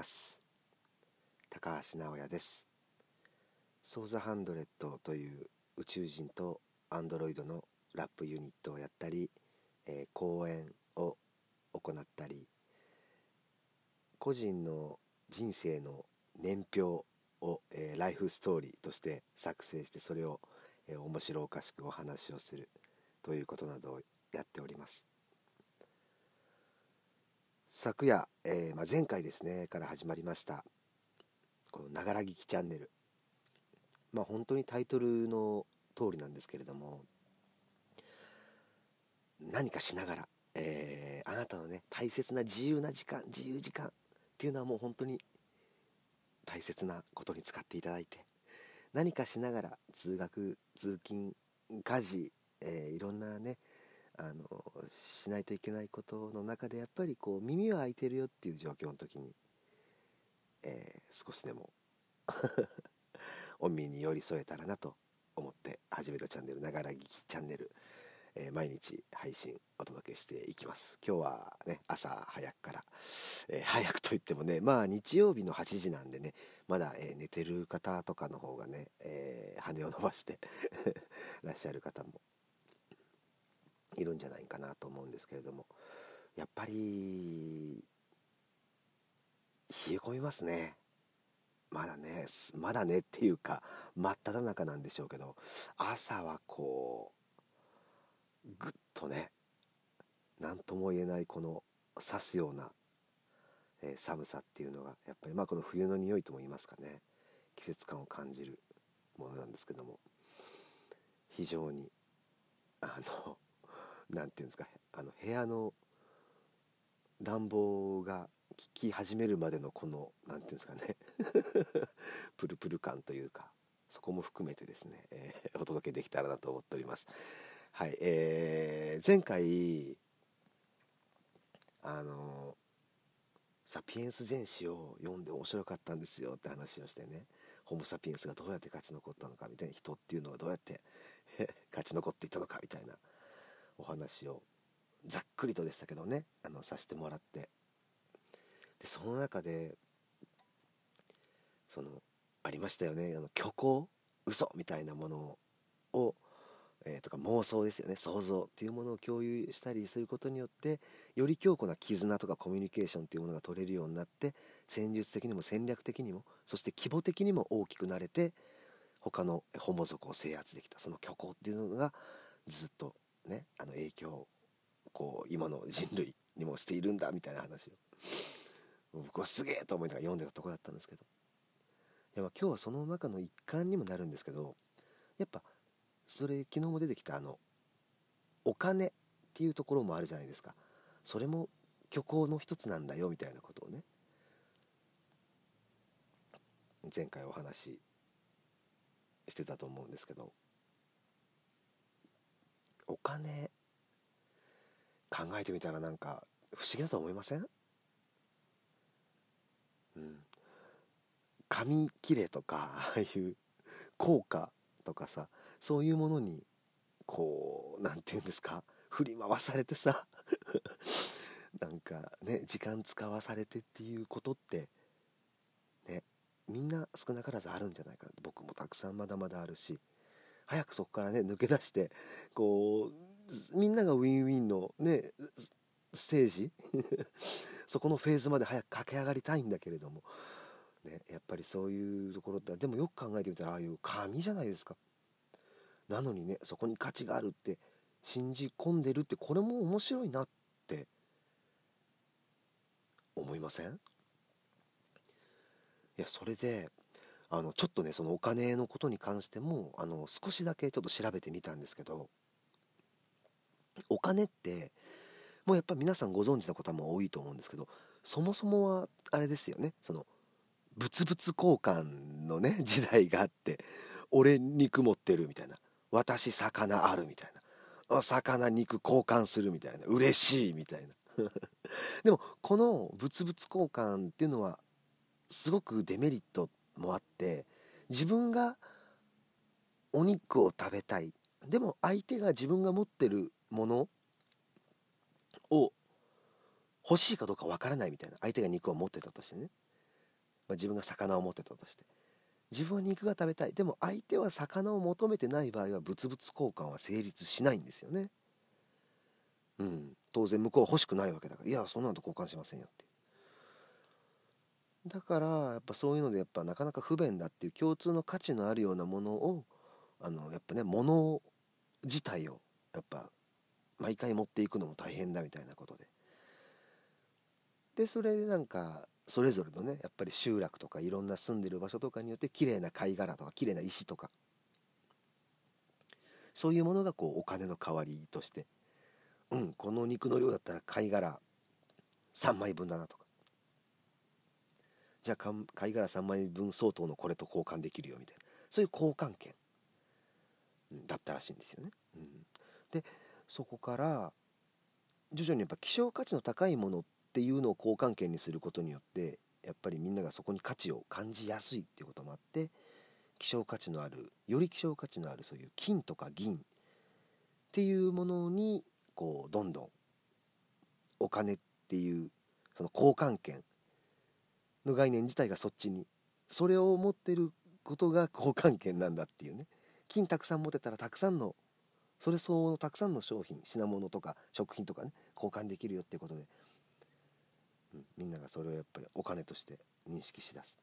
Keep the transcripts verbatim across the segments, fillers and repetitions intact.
ます。高橋直也です。ソーザハンドレットという宇宙人とアンドロイドのラップユニットをやったり、えー、講演を行ったり、個人の人生の年表を、えー、ライフストーリーとして作成して、それを、えー、面白おかしくお話をするということなどをやっております。昨夜、えーまあ、前回ですねから始まりましたこのながら聞きチャンネル。まあ本当にタイトルの通りなんですけれども、何かしながら、えーあなたのね大切な自由な時間自由時間っていうのはもう本当に大切なことに使っていただいて、何かしながら通学通勤家事、えーいろんなねあのしないといけないことの中で、やっぱりこう耳は開いてるよっていう状況の時に、えー少しでもお耳に寄り添えたらなと思って始めたチャンネル、ながら聞きチャンネル、えー毎日配信お届けしていきます。今日はね朝早くから、えー早くといってもね、まあ日曜日のはちじなんでね、まだ、えー寝てる方とかの方がね、えー羽を伸ばしてらっしゃる方もいるんじゃないかなと思うんですけれども、やっぱり冷え込みますね。まだねまだねっていうか真っ只中なんでしょうけど、朝はこうぐっとね、何とも言えないこの刺すような、えー寒さっていうのがやっぱり、まあこの冬の匂いとも言いますかね、季節感を感じるものなんですけども、非常にあのなんていうんですか、あの部屋の暖房が効き始めるまでのこのなんていうんですかねプルプル感というか、そこも含めてですね、えーお届けできたらなと思っております。はい、えー前回あのサピエンス全史を読んで面白かったんですよって話をしてね、ホモ・サピエンスがどうやって勝ち残ったのかみたいな、人っていうのはどうやって勝ち残っていったのかみたいなお話をざっくりとでしたけどね、あのさせてもらって、でその中でそのありましたよね、あの虚構嘘みたいなものを、えーとか妄想ですよね、想像っていうものを共有したりすることによって、より強固な絆とかコミュニケーションっていうものが取れるようになって、戦術的にも戦略的にも、そして規模的にも大きくなれて、他のホモ族を制圧できた、その虚構っていうのがずっとね、あの影響をこう今の人類にもしているんだみたいな話を僕はすげえと思いながら読んでたとこだったんですけど、いやまあ今日はその中の一環にもなるんですけど、やっぱそれ昨日も出てきたあのお金っていうところもあるじゃないですか。それも虚構の一つなんだよみたいなことをね、前回お話ししてたと思うんですけど、お金考えてみたらなんか不思議だと思いません？うん、紙切れとかああいう硬貨とかさ、そういうものにこうなんていうんですか、振り回されてさなんかね時間使わされてっていうことってね、みんな少なからずあるんじゃないかな。僕もたくさんまだまだあるし、早くそこからね抜け出して、こうみんながウィンウィンのねステージそこのフェーズまで早く駆け上がりたいんだけれどもね、やっぱりそういうところって、でもよく考えてみたらああいう紙じゃないですか。なのにね、そこに価値があるって信じ込んでるって、これも面白いなって思いません？いやそれであのちょっとね、そのお金のことに関してもあの少しだけちょっと調べてみたんですけど、お金ってもうやっぱ皆さんご存知の方も多いと思うんですけど、そもそもはあれですよね、その物々交換のね時代があって、俺肉持ってるみたいな、私魚あるみたいな、魚肉交換するみたいな、嬉しいみたいなでもこの物々交換っていうのはすごくデメリットもあって、自分がお肉を食べたい、でも相手が自分が持ってるものを欲しいかどうかわからないみたいな、相手が肉を持ってたとしてね、 まあ、自分が魚を持ってたとして、自分は肉が食べたい、でも相手は魚を求めてない場合は物々交換は成立しないんですよね。うん、当然向こうは欲しくないわけだから、いやそんなのと交換しませんよって。だからやっぱそういうのでやっぱなかなか不便だっていう共通の価値のあるようなものをあのやっぱね物自体をやっぱ毎回持っていくのも大変だみたいなことで、でそれでなんかそれぞれのねやっぱり集落とかいろんな住んでる場所とかによって綺麗な貝殻とか綺麗な石とかそういうものがこうお金の代わりとして、うんこの肉の量だったら貝殻さんまいぶんだなとか、じゃあ貝殻さんまいぶん相当のこれと交換できるよみたいな、そういう交換権だったらしいんですよね。うん、でそこから徐々にやっぱ希少価値の高いものっていうのを交換権にすることによってやっぱりみんながそこに価値を感じやすいっていうこともあって、希少価値のあるより希少価値のあるそういう金とか銀っていうものにこうどんどんお金っていうその交換権の概念自体がそっちに、それを持ってることが交換権なんだっていうね。金たくさん持ってたらたくさんのそれ相応のたくさんの商品品物とか食品とかね交換できるよっていうことで、うん、みんながそれをやっぱりお金として認識しだす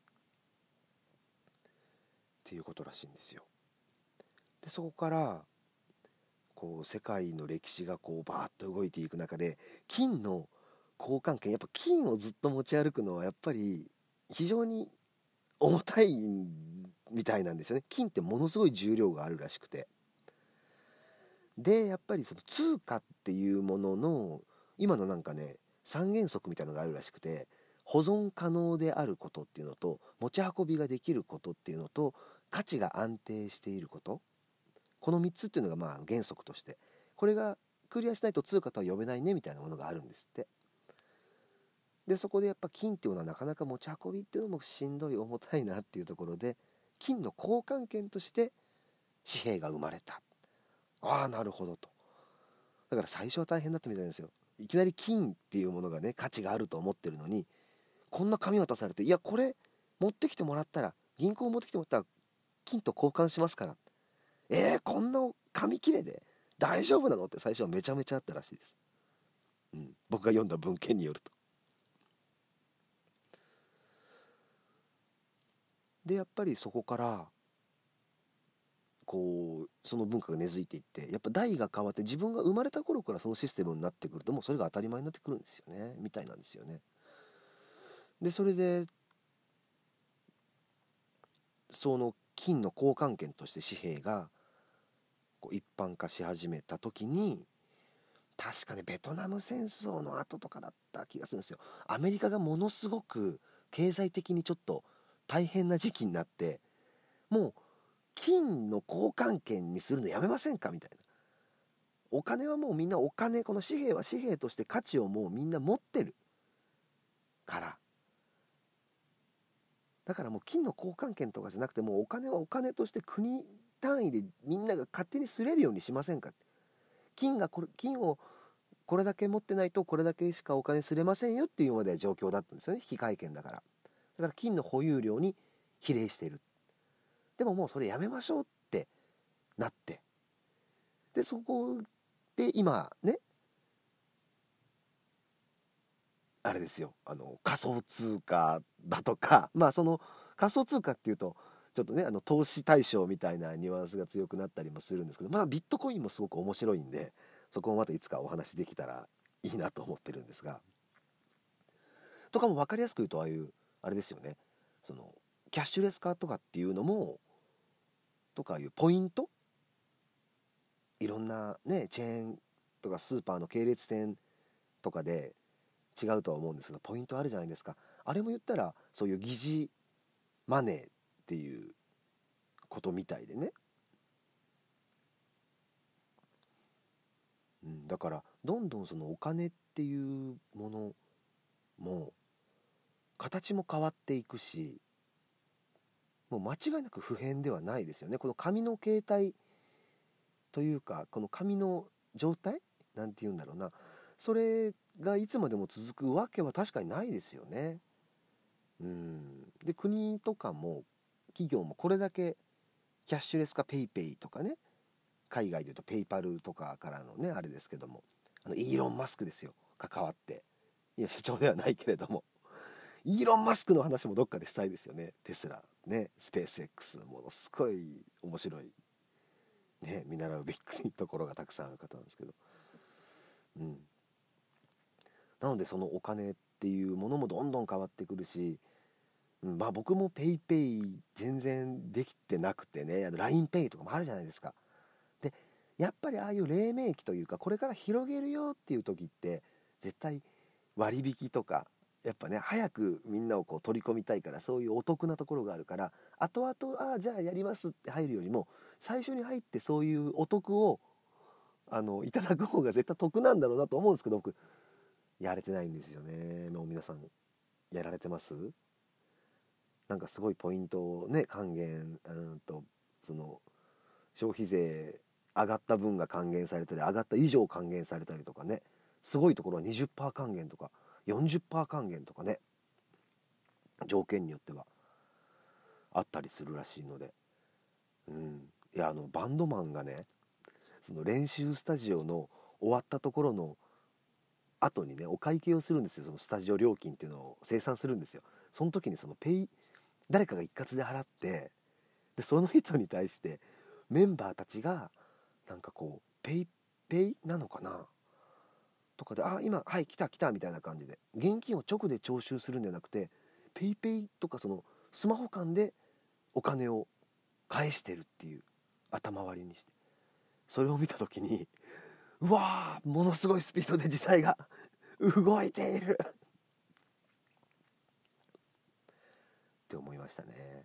っていうことらしいんですよ。でそこからこう世界の歴史がこうバーッと動いていく中で金の交換権、やっぱ金をずっと持ち歩くのはやっぱり非常に重たいみたいなんですよね。金ってものすごい重量があるらしくて、でやっぱりその通貨っていうものの今のなんかね三原則みたいなのがあるらしくて、保存可能であることっていうのと持ち運びができることっていうのと価値が安定していること、このみっつっていうのがまあ原則として、これがクリアしないと通貨とは呼べないねみたいなものがあるんですって。でそこでやっぱ金っていうのはなかなか持ち運びっていうのもしんどい重たいなっていうところで金の交換権として紙幣が生まれた。ああなるほどと。だから最初は大変だったみたいなんですよ。いきなり金っていうものがね価値があると思ってるのにこんな紙渡されて、いやこれ持ってきてもらったら銀行持ってきてもらったら金と交換しますから、えー、こんな紙切れで大丈夫なのって最初はめちゃめちゃあったらしいです、うん、僕が読んだ文献によると。でやっぱりそこからこうその文化が根付いていって、やっぱ代が変わって自分が生まれた頃からそのシステムになってくるともうそれが当たり前になってくるんですよねみたいなんですよね。でそれでその金の交換権として紙幣がこう一般化し始めた時に、確かねベトナム戦争の後とかだった気がするんですよ。アメリカがものすごく経済的にちょっと大変な時期になって、もう金の交換権にするのやめませんかみたいな。お金はもうみんなお金、この紙幣は紙幣として価値をもうみんな持ってるから、だからもう金の交換権とかじゃなくて、もうお金はお金として国単位でみんなが勝手にすれるようにしませんか。金がこれ金をこれだけ持ってないとこれだけしかお金すれませんよっていうまで状況だったんですよね、引換券だから。だから金の保有量に比例している。でももうそれやめましょうってなって、でそこで今ねあれですよ、あの仮想通貨だとか、まあその仮想通貨っていうとちょっとねあの投資対象みたいなニュアンスが強くなったりもするんですけど、まだビットコインもすごく面白いんで、そこもまたいつかお話できたらいいなと思ってるんですが、とかも分かりやすく言うとああいうあれですよね、そのキャッシュレス化とかっていうのもとかいうポイント、いろんなねチェーンとかスーパーの系列店とかで違うとは思うんですけど、ポイントあるじゃないですか。あれも言ったらそういう疑似マネーっていうことみたいでね、うん、だからどんどんそのお金っていうものも形も変わっていくし、もう間違いなく不変ではないですよね。この紙の形態というかこの紙の状態なんて言うんだろうな、それがいつまでも続くわけは確かにないですよね。 うんで国とかも企業もこれだけキャッシュレス化ペイペイとかね、海外でいうとペイパルとかからのねあれですけども、あのイーロン・マスクですよ、関わって、いや社長ではないけれども、イーロン・マスクの話もどっかでしたいですよね。テスラね、スペース X、ものすごい面白いね、見習うべきところがたくさんある方なんですけど、うんなのでそのお金っていうものもどんどん変わってくるし、うん、まあ僕もペイペイ全然できてなくてね、あの ラインペイ とかもあるじゃないですか。でやっぱりああいう黎明期というか、これから広げるよっていう時って絶対割引とか、やっぱね早くみんなをこう取り込みたいから、そういうお得なところがあるから、後々ああじゃあやりますって入るよりも、最初に入ってそういうお得をあのいただく方が絶対得なんだろうなと思うんですけど、僕やれてないんですよね。もう皆さんやられてます？なんかすごいポイントをね還元、うんとその消費税上がった分が還元されたり、上がった以上還元されたりとかね、すごいところは にじゅっパーセント 還元とか よんじゅっパーセント 還元とかね、条件によってはあったりするらしいので、うん、いやあのバンドマンがね、その練習スタジオの終わったところの後にねお会計をするんですよ。そのスタジオ料金っていうのを清算するんですよ。その時にそのペイ誰かが一括で払って、でその人に対してメンバーたちがなんかこうペイペイなのかなとかで、あ今はい来た来たみたいな感じで現金を直で徴収するんじゃなくて、ペイペイとかそのスマホ間でお金を返してるっていう、頭割りにして、それを見た時に、うわーものすごいスピードで時代が動いているって思いましたね。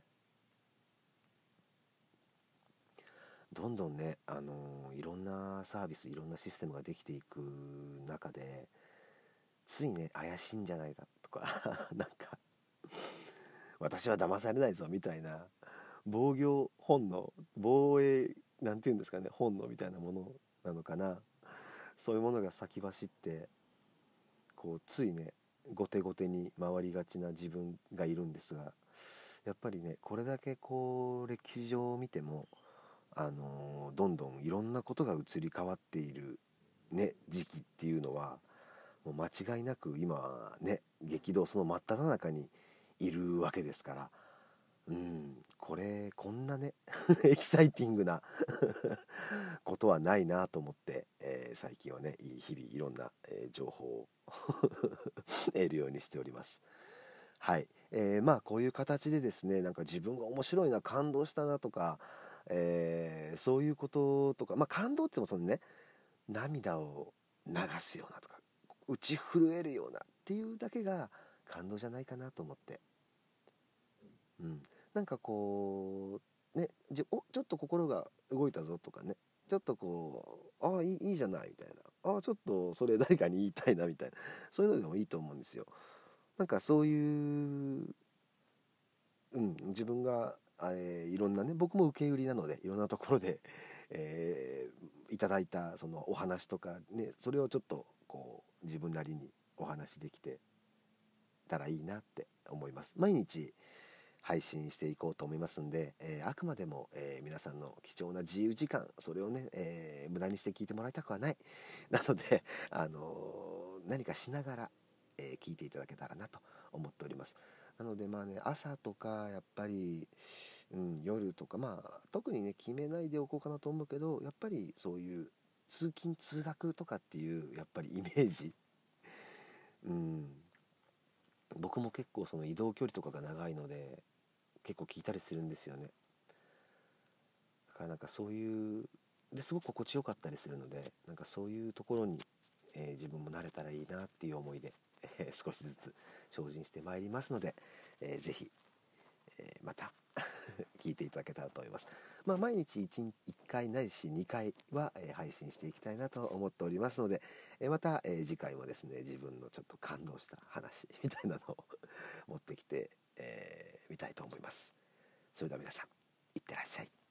どんどんね、あのーいろんなサービス、いろんなシステムができていく中で、ついね怪しいんじゃないかとかなんか私は騙されないぞみたいな防御本能、防衛なんていうんですかね、本能みたいなものなのかな、そういうものが先走って、こうついね後手後手に回りがちな自分がいるんですが、やっぱりねこれだけこう歴史上を見ても、あのーどんどんいろんなことが移り変わっているね時期っていうのは、もう間違いなく今ね激動その真っ只中にいるわけですから、うんこれこんなねエキサイティングなことはないなと思って、えー最近はね日々いろんな、えー情報を得るようにしております。はい、えーまあこういう形でですね、なんか自分が面白いな、感動したなとか、えーそういうこととか、まあ感動って言ってもそのね涙を流すようなとか打ち震えるようなっていうだけが感動じゃないかなと思って、うん、なんかこうねじおちょっと心が動いたぞとかね、ちょっとこうああいい、いいじゃないみたいな、ああちょっとそれ誰かに言いたいなみたいな、そういうのでもいいと思うんですよ。なんかそういう、うん、自分が、えーいろんなね、僕も受け売りなのでいろんなところで、えーいただいたそのお話とかね、それをちょっとこう自分なりにお話できてたらいいなって思います。毎日配信していこうと思いますんで、えーあくまでも、えー皆さんの貴重な自由時間、それをね、えー無駄にして聞いてもらいたくはない。なので、あのー何かしながら、えー聞いていただけたらなと思っております。なのでまあね、朝とかやっぱり、うん、夜とか、まあ特にね決めないでおこうかなと思うけど、やっぱりそういう通勤通学とかっていうやっぱりイメージ、うん、僕も結構その移動距離とかが長いので結構聞いたりするんですよね。だからなんかそういうですごく心地よかったりするので、なんかそういうところに、えー自分も慣れたらいいなっていう思いで、えー少しずつ精進してまいりますので、えーぜひ、えーまた聞いていただけたらと思います。まあ、毎日 いち, いっかいないしにかいは、えー配信していきたいなと思っておりますので、えーまた、えー次回もですね自分のちょっと感動した話みたいなのを持ってきてみ、えー、たいと思います。それでは皆さんいってらっしゃい。